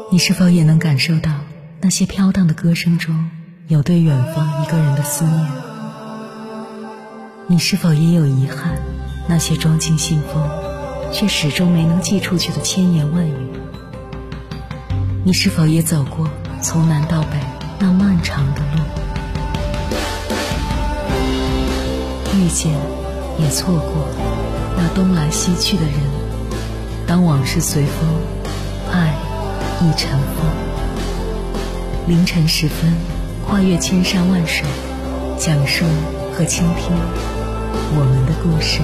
你是否也能感受到那些飘荡的歌声中有对远方一个人的思念？你是否也有遗憾，那些装进信封却始终没能寄出去的千言万语？你是否也走过从南到北那漫长的路？遇见也错过那东来西去的人，当往事随风，爱亦尘封。凌晨时分，跨越千山万水，讲述和倾听我们的故事。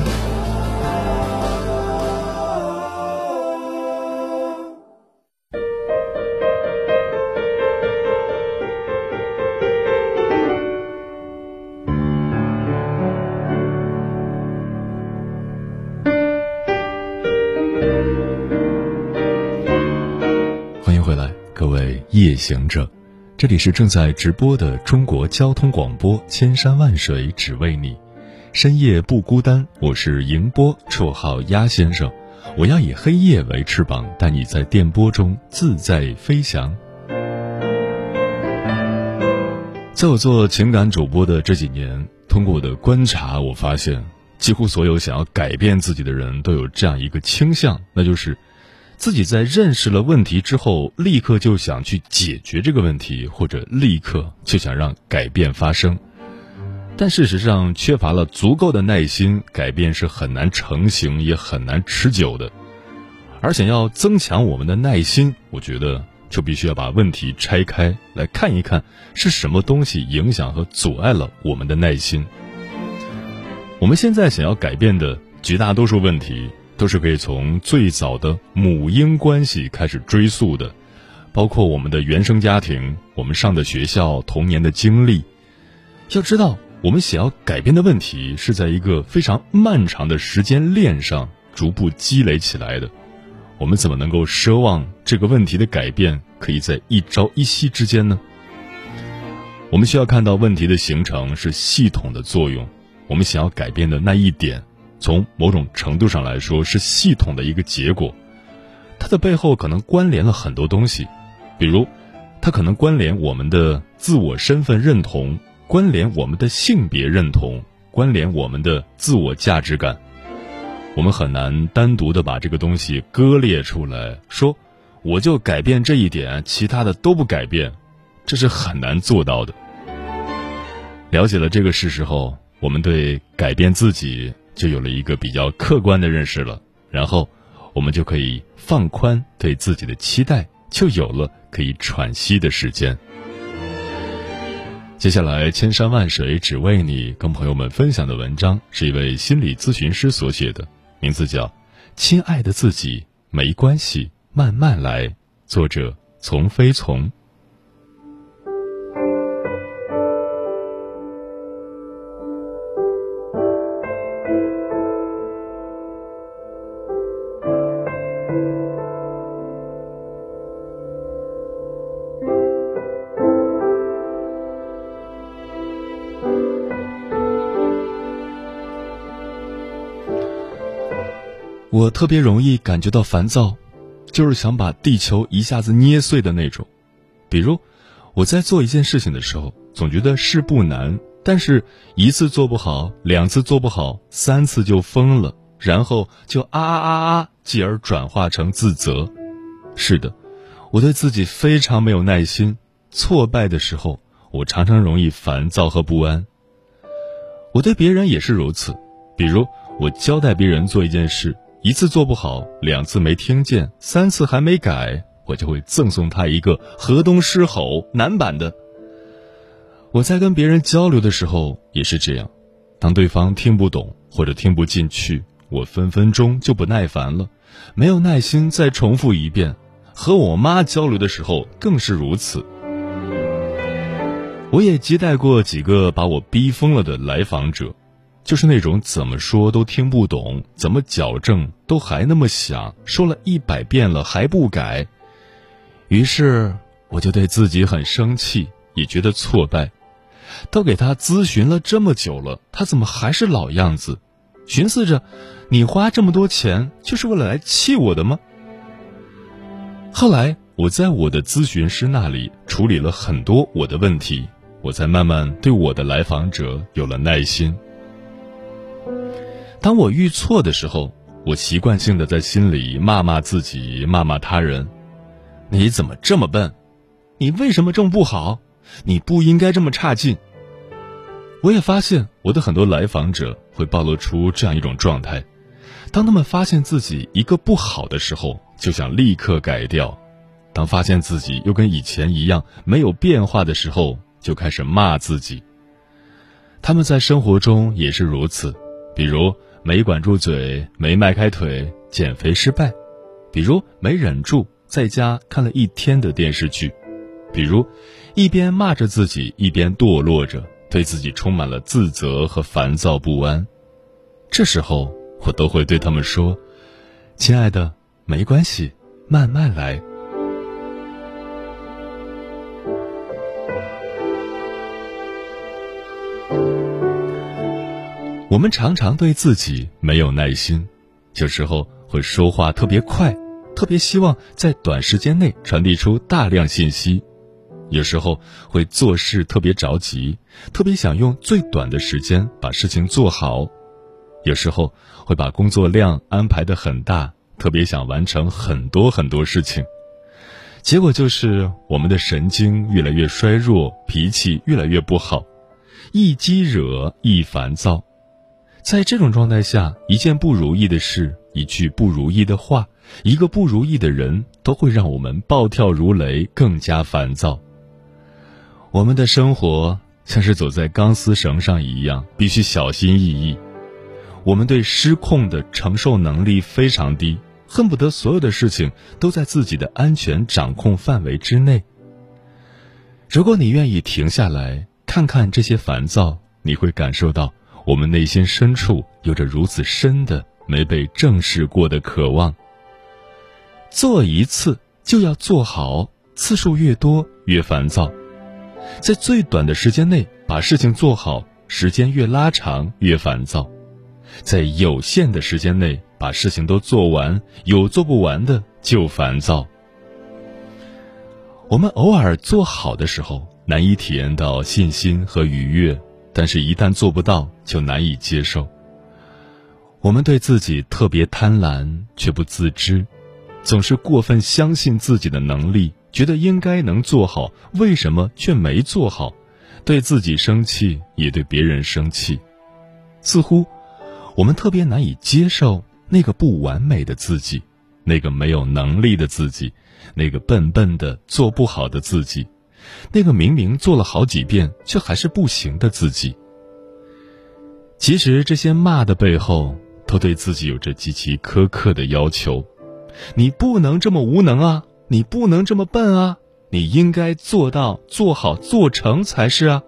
欢迎回来，各位夜行者，这里是正在直播的中国交通广播，千山万水只为你，深夜不孤单。我是迎波，绰号鸭先生，我要以黑夜为翅膀，带你在电波中自在飞翔。在我做情感主播的这几年，通过我的观察，我发现几乎所有想要改变自己的人都有这样一个倾向，那就是自己在认识了问题之后，立刻就想去解决这个问题，或者立刻就想让改变发生。但事实上，缺乏了足够的耐心，改变是很难成型，也很难持久的。而想要增强我们的耐心，我觉得就必须要把问题拆开来看一看，是什么东西影响和阻碍了我们的耐心。我们现在想要改变的绝大多数问题，都是可以从最早的母婴关系开始追溯的，包括我们的原生家庭，我们上的学校，童年的经历。要知道，我们想要改变的问题是在一个非常漫长的时间链上逐步积累起来的。我们怎么能够奢望这个问题的改变可以在一朝一夕之间呢？我们需要看到问题的形成是系统的作用，我们想要改变的那一点，从某种程度上来说是系统的一个结果，它的背后可能关联了很多东西，比如它可能关联我们的自我身份认同，关联我们的性别认同，关联我们的自我价值感。我们很难单独的把这个东西割裂出来，说我就改变这一点，其他的都不改变，这是很难做到的。了解了这个事实后，我们对改变自己就有了一个比较客观的认识了，然后我们就可以放宽对自己的期待，就有了可以喘息的时间。接下来千山万水只为你跟朋友们分享的文章是一位心理咨询师所写的，名字叫《亲爱的自己没关系，慢慢来》，作者从飞从。我特别容易感觉到烦躁，就是想把地球一下子捏碎的那种。比如我在做一件事情的时候，总觉得事不难，但是一次做不好，两次做不好，3次就疯了，然后就继而转化成自责。是的，我对自己非常没有耐心，挫败的时候我常常容易烦躁和不安。我对别人也是如此，比如我交代别人做一件事，一次做不好，两次没听见，3次还没改，我就会赠送他一个河东狮吼男版的。我在跟别人交流的时候也是这样，当对方听不懂或者听不进去，我分分钟就不耐烦了，没有耐心再重复一遍。和我妈交流的时候更是如此。我也接待过几个把我逼疯了的来访者，就是那种怎么说都听不懂，怎么矫正都还那么想，说了100遍了还不改。于是我就对自己很生气，也觉得挫败。都给他咨询了这么久了，他怎么还是老样子？寻思着，你花这么多钱就是为了来气我的吗？后来我在我的咨询师那里处理了很多我的问题，我才慢慢对我的来访者有了耐心。当我遇错的时候，我习惯性的在心里骂自己，骂他人。你怎么这么笨？你为什么这么不好？你不应该这么差劲。我也发现我的很多来访者会暴露出这样一种状态，当他们发现自己一个不好的时候，就想立刻改掉，当发现自己又跟以前一样没有变化的时候，就开始骂自己。他们在生活中也是如此，比如没管住嘴，没迈开腿，减肥失败；比如没忍住，在家看了一天的电视剧；比如一边骂着自己，一边堕落着，对自己充满了自责和烦躁不安。这时候我都会对他们说，亲爱的，没关系，慢慢来。我们常常对自己没有耐心，有时候会说话特别快，特别希望在短时间内传递出大量信息；有时候会做事特别着急，特别想用最短的时间把事情做好；有时候会把工作量安排得很大，特别想完成很多事情。结果就是我们的神经越来越衰弱，脾气越来越不好，易激惹，易烦躁。在这种状态下，一件不如意的事，一句不如意的话，一个不如意的人，都会让我们暴跳如雷，更加烦躁。我们的生活像是走在钢丝绳上一样，必须小心翼翼。我们对失控的承受能力非常低，恨不得所有的事情都在自己的安全掌控范围之内。如果你愿意停下来看看这些烦躁，你会感受到我们内心深处有着如此深的没被正视过的渴望。做一次就要做好，次数越多越烦躁。在最短的时间内把事情做好，时间越拉长越烦躁。在有限的时间内把事情都做完，有做不完的就烦躁。我们偶尔做好的时候，难以体验到信心和愉悦，但是一旦做不到，就难以接受。我们对自己特别贪婪，却不自知，总是过分相信自己的能力，觉得应该能做好，为什么却没做好？对自己生气，也对别人生气。似乎我们特别难以接受那个不完美的自己，那个没有能力的自己，那个笨笨的做不好的自己，那个明明做了好几遍却还是不行的自己。其实这些骂的背后，都对自己有着极其苛刻的要求。你不能这么无能啊，你不能这么笨啊，你应该做到、做好、做成才是啊。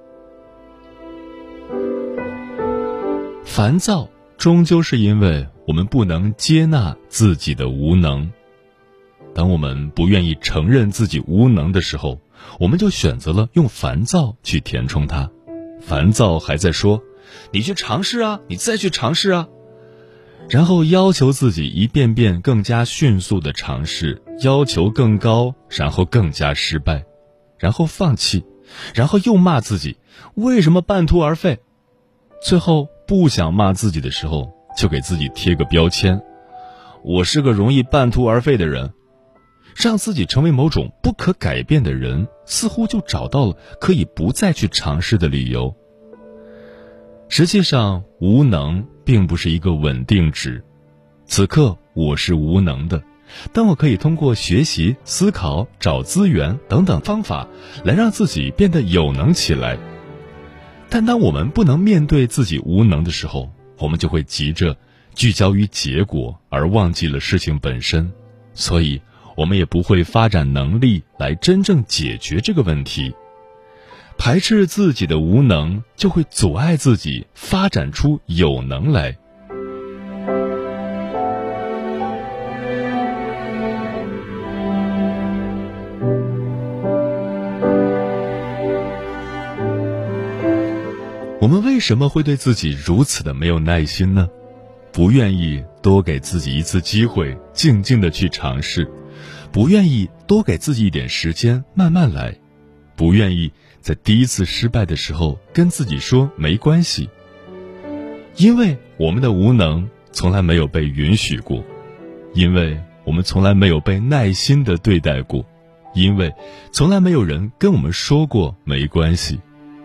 烦躁终究是因为我们不能接纳自己的无能。当我们不愿意承认自己无能的时候，我们就选择了用烦躁去填充它。烦躁还在说，你去尝试啊，你再去尝试啊，然后要求自己一遍遍更加迅速的尝试，要求更高，然后更加失败，然后放弃，然后又骂自己为什么半途而废。最后不想骂自己的时候，就给自己贴个标签，我是个容易半途而废的人。让自己成为某种不可改变的人，似乎就找到了可以不再去尝试的理由。实际上，无能并不是一个稳定值。此刻我是无能的，但我可以通过学习、思考、找资源等等方法来让自己变得有能起来。但当我们不能面对自己无能的时候，我们就会急着聚焦于结果，而忘记了事情本身，所以我们也不会发展能力来真正解决这个问题。排斥自己的无能，就会阻碍自己发展出有能来。我们为什么会对自己如此的没有耐心呢？不愿意多给自己一次机会，静静地去尝试，不愿意多给自己一点时间，慢慢来，不愿意在第一次失败的时候跟自己说没关系。因为我们的无能从来没有被允许过，因为我们从来没有被耐心地对待过，因为从来没有人跟我们说过没关系。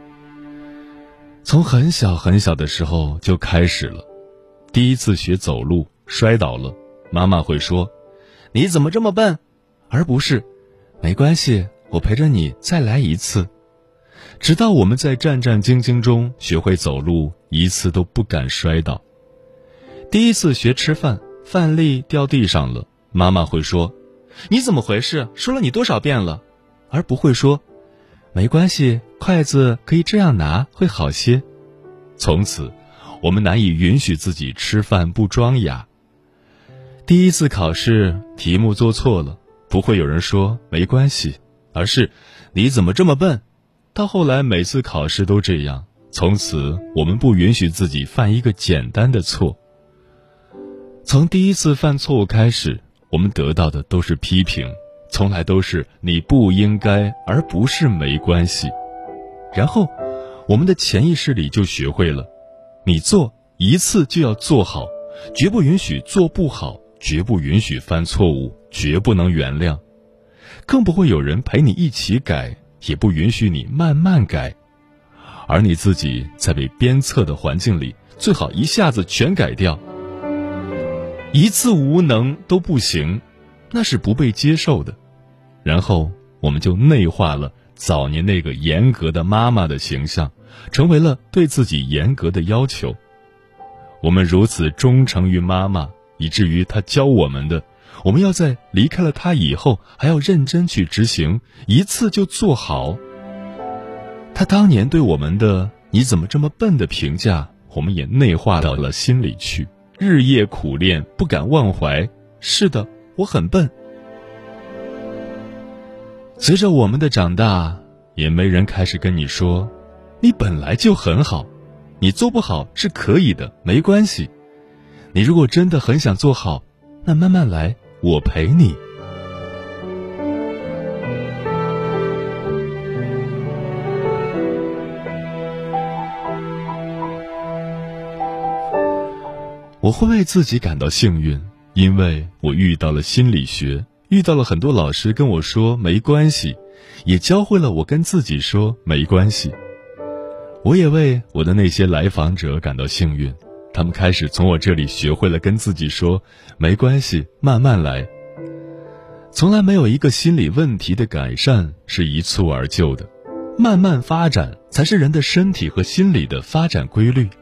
从很小很小的时候就开始了，第一次学走路摔倒了，妈妈会说你怎么这么笨，而不是没关系，我陪着你再来一次。直到我们在战战兢兢中学会走路，一次都不敢摔倒。第一次学吃饭，饭粒掉地上了，妈妈会说你怎么回事，说了你多少遍了，而不会说没关系，筷子可以这样拿，会好些。从此我们难以允许自己吃饭不装雅。第一次考试题目做错了，不会有人说没关系，而是你怎么这么笨。到后来每次考试都这样，从此我们不允许自己犯一个简单的错。从第一次犯错误开始，我们得到的都是批评，从来都是你不应该，而不是没关系。然后我们的潜意识里就学会了，你做一次就要做好，绝不允许做不好，绝不允许犯错误，绝不能原谅，更不会有人陪你一起改，也不允许你慢慢改。而你自己在被鞭策的环境里，最好一下子全改掉。一次无能都不行，那是不被接受的。然后我们就内化了早年那个严格的妈妈的形象，成为了对自己严格的要求。我们如此忠诚于妈妈，以至于她教我们的，我们要在离开了她以后还要认真去执行，一次就做好。她当年对我们的你怎么这么笨的评价，我们也内化到了心里去，日夜苦练，不敢忘怀。是的，我很笨。随着我们的长大，也没人开始跟你说你本来就很好，你做不好是可以的，没关系。你如果真的很想做好，那慢慢来，我陪你。我会为自己感到幸运，因为我遇到了心理学，遇到了很多老师跟我说没关系，也教会了我跟自己说没关系。我也为我的那些来访者感到幸运，他们开始从我这里学会了跟自己说没关系，慢慢来。从来没有一个心理问题的改善是一蹴而就的，慢慢发展才是人的身体和心理的发展规律。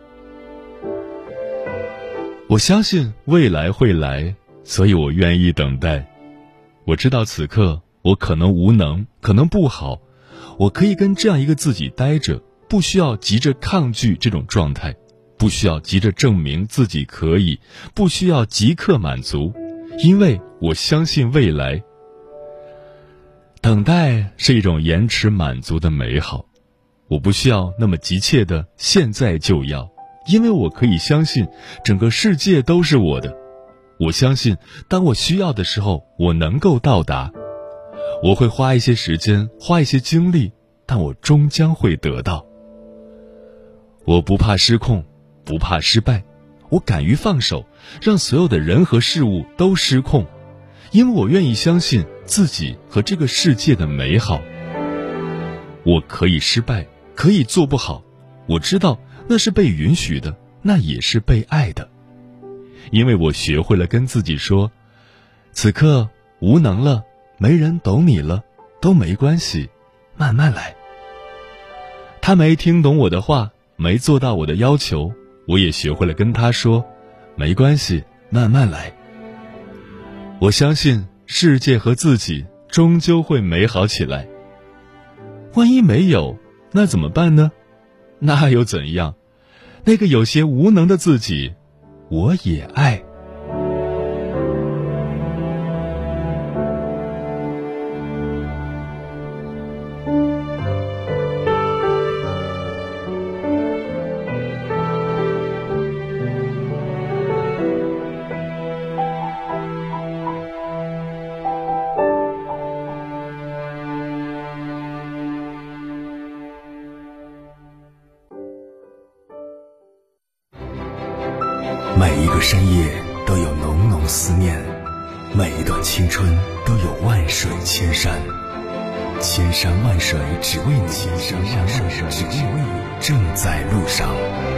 我相信未来会来，所以我愿意等待。我知道此刻我可能无能，可能不好，我可以跟这样一个自己待着，不需要急着抗拒这种状态，不需要急着证明自己可以，不需要即刻满足，因为我相信未来。等待是一种延迟满足的美好，我不需要那么急切的现在就要，因为我可以相信整个世界都是我的。我相信当我需要的时候，我能够到达。我会花一些时间，花一些精力，但我终将会得到。我不怕失控，不怕失败，我敢于放手，让所有的人和事物都失控，因为我愿意相信自己和这个世界的美好。我可以失败，可以做不好，我知道那是被允许的，那也是被爱的。因为我学会了跟自己说，此刻无能了，没人懂你了，都没关系，慢慢来。他没听懂我的话，没做到我的要求，我也学会了跟他说，没关系，慢慢来。我相信世界和自己终究会美好起来。万一没有，那怎么办呢？那又怎样？那个有些无能的自己，我也爱。 深夜都有浓浓思念，每一段青春都有万水千山，千山万水只为你，千山万水只为你，正在路上。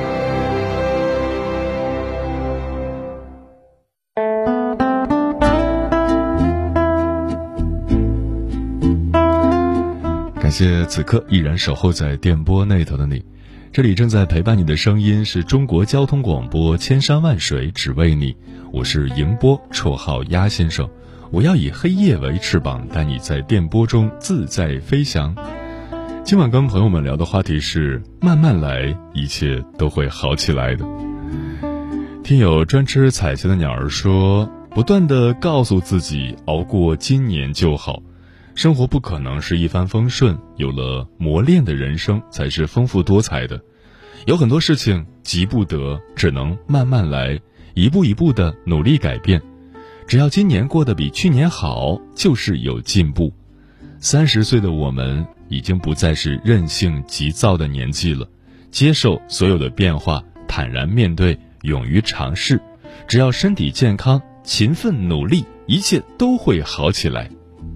感谢此刻依然守候在电波那头的你，这里正在陪伴你的声音是中国交通广播，千山万水只为你，我是迎波，绰号鸭先生。我要以黑夜为翅膀，带你在电波中自在飞翔。今晚跟朋友们聊的话题是慢慢来，一切都会好起来的。听友专吃彩旗的鸟儿说，不断地告诉自己熬过今年就好，生活不可能是一帆风顺，有了磨练的人生才是丰富多彩的。有很多事情急不得，只能慢慢来，一步一步地努力改变。只要今年过得比去年好，就是有进步。30岁的我们已经不再是任性急躁的年纪了，接受所有的变化，坦然面对，勇于尝试。只要身体健康，勤奋努力，一切都会好起来。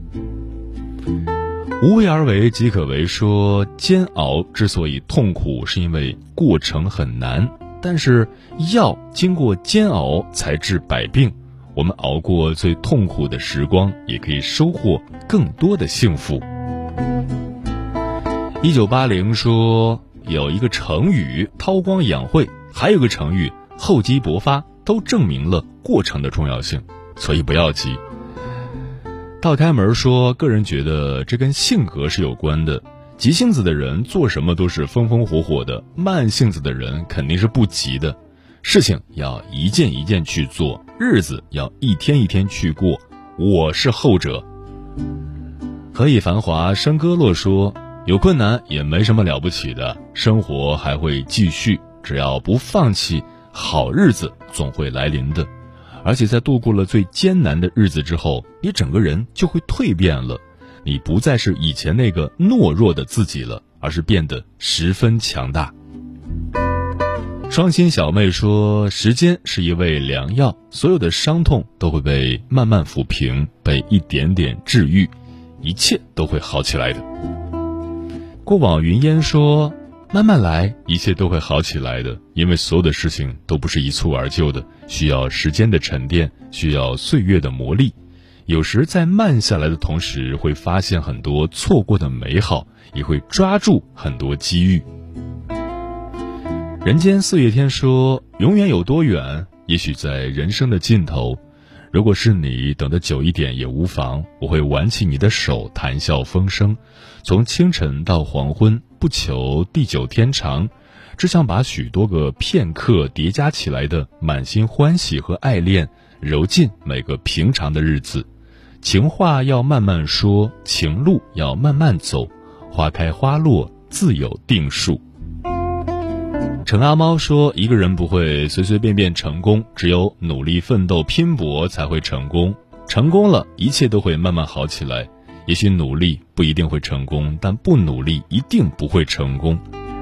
无为而为即可为说，煎熬之所以痛苦，是因为过程很难，但是药经过煎熬才治百病。我们熬过最痛苦的时光，也可以收获更多的幸福。1980说，有一个成语韬光养晦，还有个成语厚积薄发，都证明了过程的重要性，所以不要急。道开门说，个人觉得这跟性格是有关的，急性子的人做什么都是风风火火的，慢性子的人肯定是不急的。事情要一件一件去做，日子要一天一天去过，我是后者。何以繁华笙歌落说，有困难也没什么了不起的，生活还会继续，只要不放弃，好日子总会来临的。而且在度过了最艰难的日子之后，你整个人就会蜕变了，你不再是以前那个懦弱的自己了，而是变得十分强大。双心小妹说，时间是一味良药，所有的伤痛都会被慢慢抚平，被一点点治愈，一切都会好起来的。过往云烟说，慢慢来，一切都会好起来的，因为所有的事情都不是一蹴而就的，需要时间的沉淀，需要岁月的磨砺。有时在慢下来的同时，会发现很多错过的美好，也会抓住很多机遇。人间四月天说，永远有多远，也许在人生的尽头。如果是你，等得久一点也无妨，我会挽起你的手，谈笑风生。从清晨到黄昏，不求地久天长，只想把许多个片刻叠加起来的满心欢喜和爱恋揉进每个平常的日子。情话要慢慢说，情路要慢慢走，花开花落自有定数。陈阿猫说，一个人不会随随便便成功，只有努力奋斗拼搏才会成功，成功了一切都会慢慢好起来。也许努力不一定会成功，但不努力一定不会成功。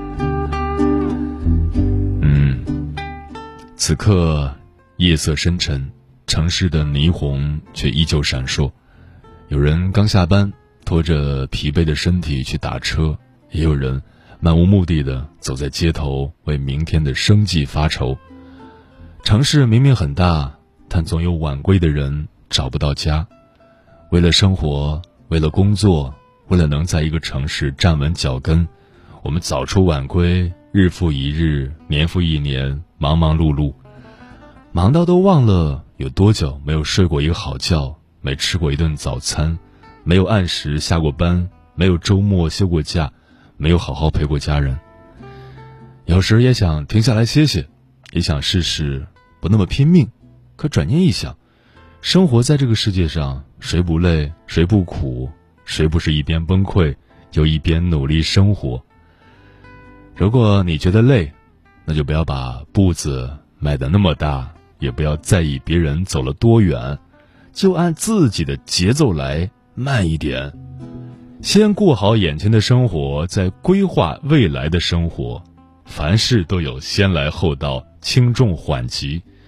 此刻夜色深沉，城市的霓虹却依旧闪烁。有人刚下班，拖着疲惫的身体去打车，也有人漫无目的地走在街头，为明天的生计发愁。城市明明很大，但总有晚归的人找不到家。为了生活，为了工作，为了能在一个城市站稳脚跟，我们早出晚归，日复一日，年复一年，忙忙碌碌，忙到都忘了有多久没有睡过一个好觉，没吃过一顿早餐，没有按时下过班，没有周末休过假，没有好好陪过家人。有时也想停下来歇歇，也想试试不那么拼命，可转念一想，生活在这个世界上，谁不累，谁不苦，谁不是一边崩溃又一边努力生活。如果你觉得累，那就不要把步子迈得那么大，也不要在意别人走了多远，就按自己的节奏来，慢一点，先过好眼前的生活，再规划未来的生活。凡事都有先来后到，轻重缓急，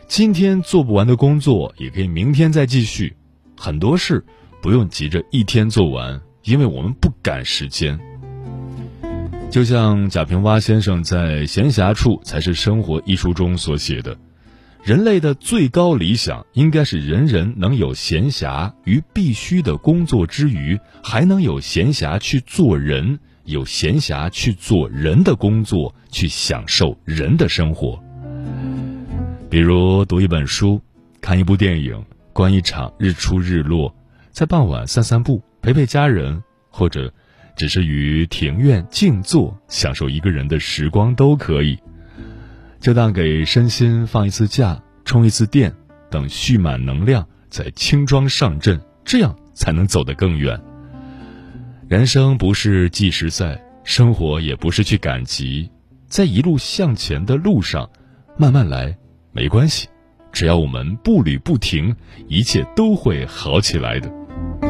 今天做不完的工作也可以明天再继续，很多事不用急着一天做完，因为我们不赶时间。就像贾平凹先生在《闲暇处才是生活》一书中所写的，人类的最高理想应该是人人能有闲暇，于必须的工作之余，还能有闲暇去做人，有闲暇去做人的工作，去享受人的生活。比如读一本书，看一部电影，观一场日出日落，在傍晚散散步，陪陪家人，或者只是于庭院静坐，享受一个人的时光都可以。就当给身心放一次假，充一次电，等蓄满能量再轻装上阵，这样才能走得更远。人生不是计时赛，生活也不是去赶集，在一路向前的路上慢慢来，没关系，只要我们步履不停，一切都会好起来的。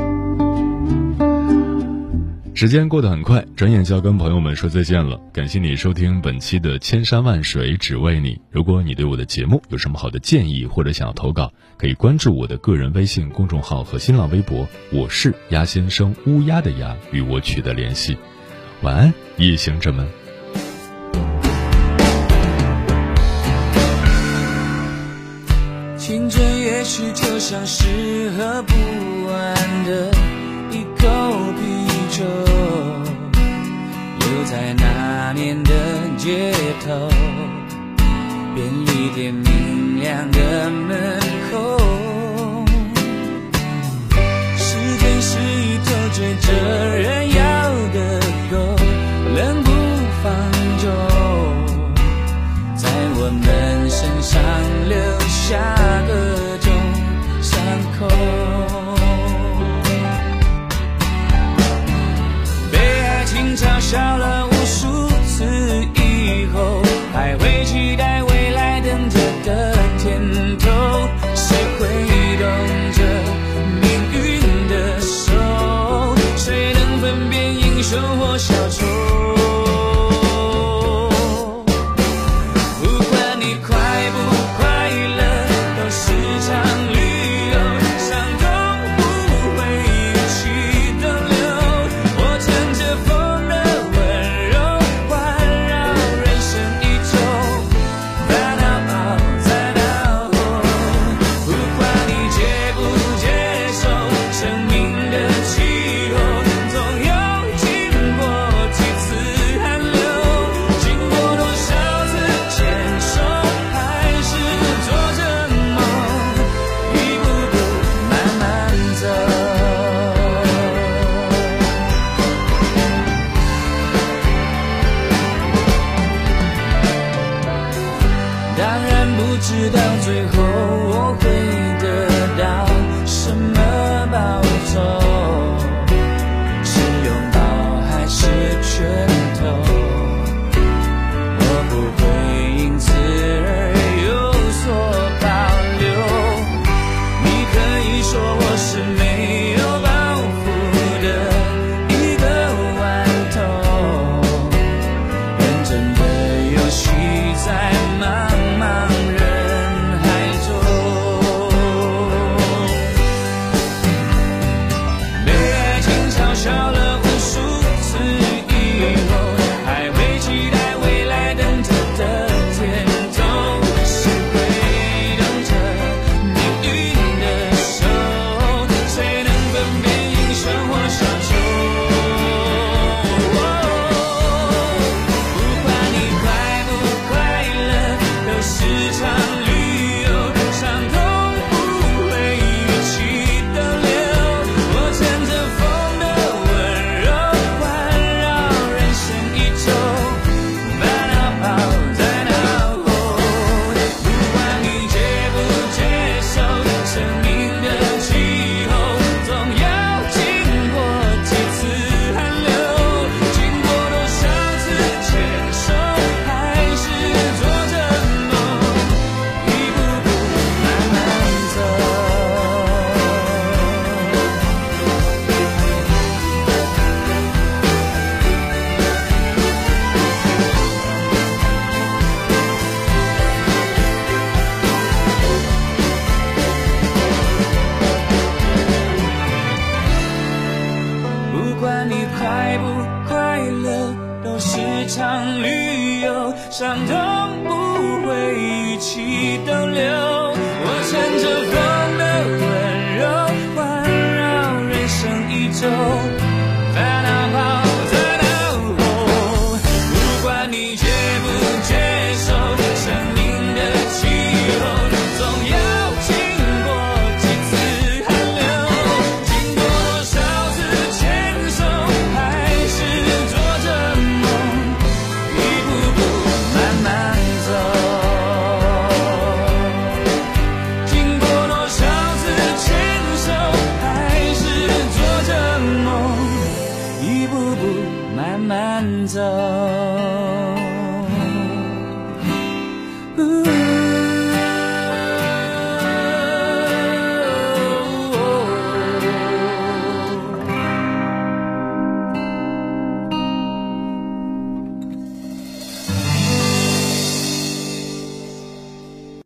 时间过得很快，转眼就要跟朋友们说再见了。感谢你收听本期的千山万水只为你。如果你对我的节目有什么好的建议，或者想要投稿，可以关注我的个人微信公众号和新浪微博，我是鸭先生，乌鸦的鸭，与我取得联系。晚安，夜行者们。 青春也许就像是喝不完的一口啤酒，留在那年的街头，便利店明亮的门口，时间是一头追着人要的狗，冷不防就在我们身上留下各种伤口。嘲笑了无数次以后，还会期待未来等着的甜头，谁会懂着命运的手？谁能分辨英雄或小丑？不管你快不快乐，都是场旅游，伤痛不会一起逗留。我乘着风生命的气候，总有经过。 场旅游，伤痛不会一起逗留。我乘着风的温柔，环绕人生一周，烦恼抛在脑后，不管你接不接受生命的气候，总要经过几次寒流，经过多少次牵手，还是做着梦，一步步慢慢走，经过多少次牵手，还是做着梦，一步步慢慢走。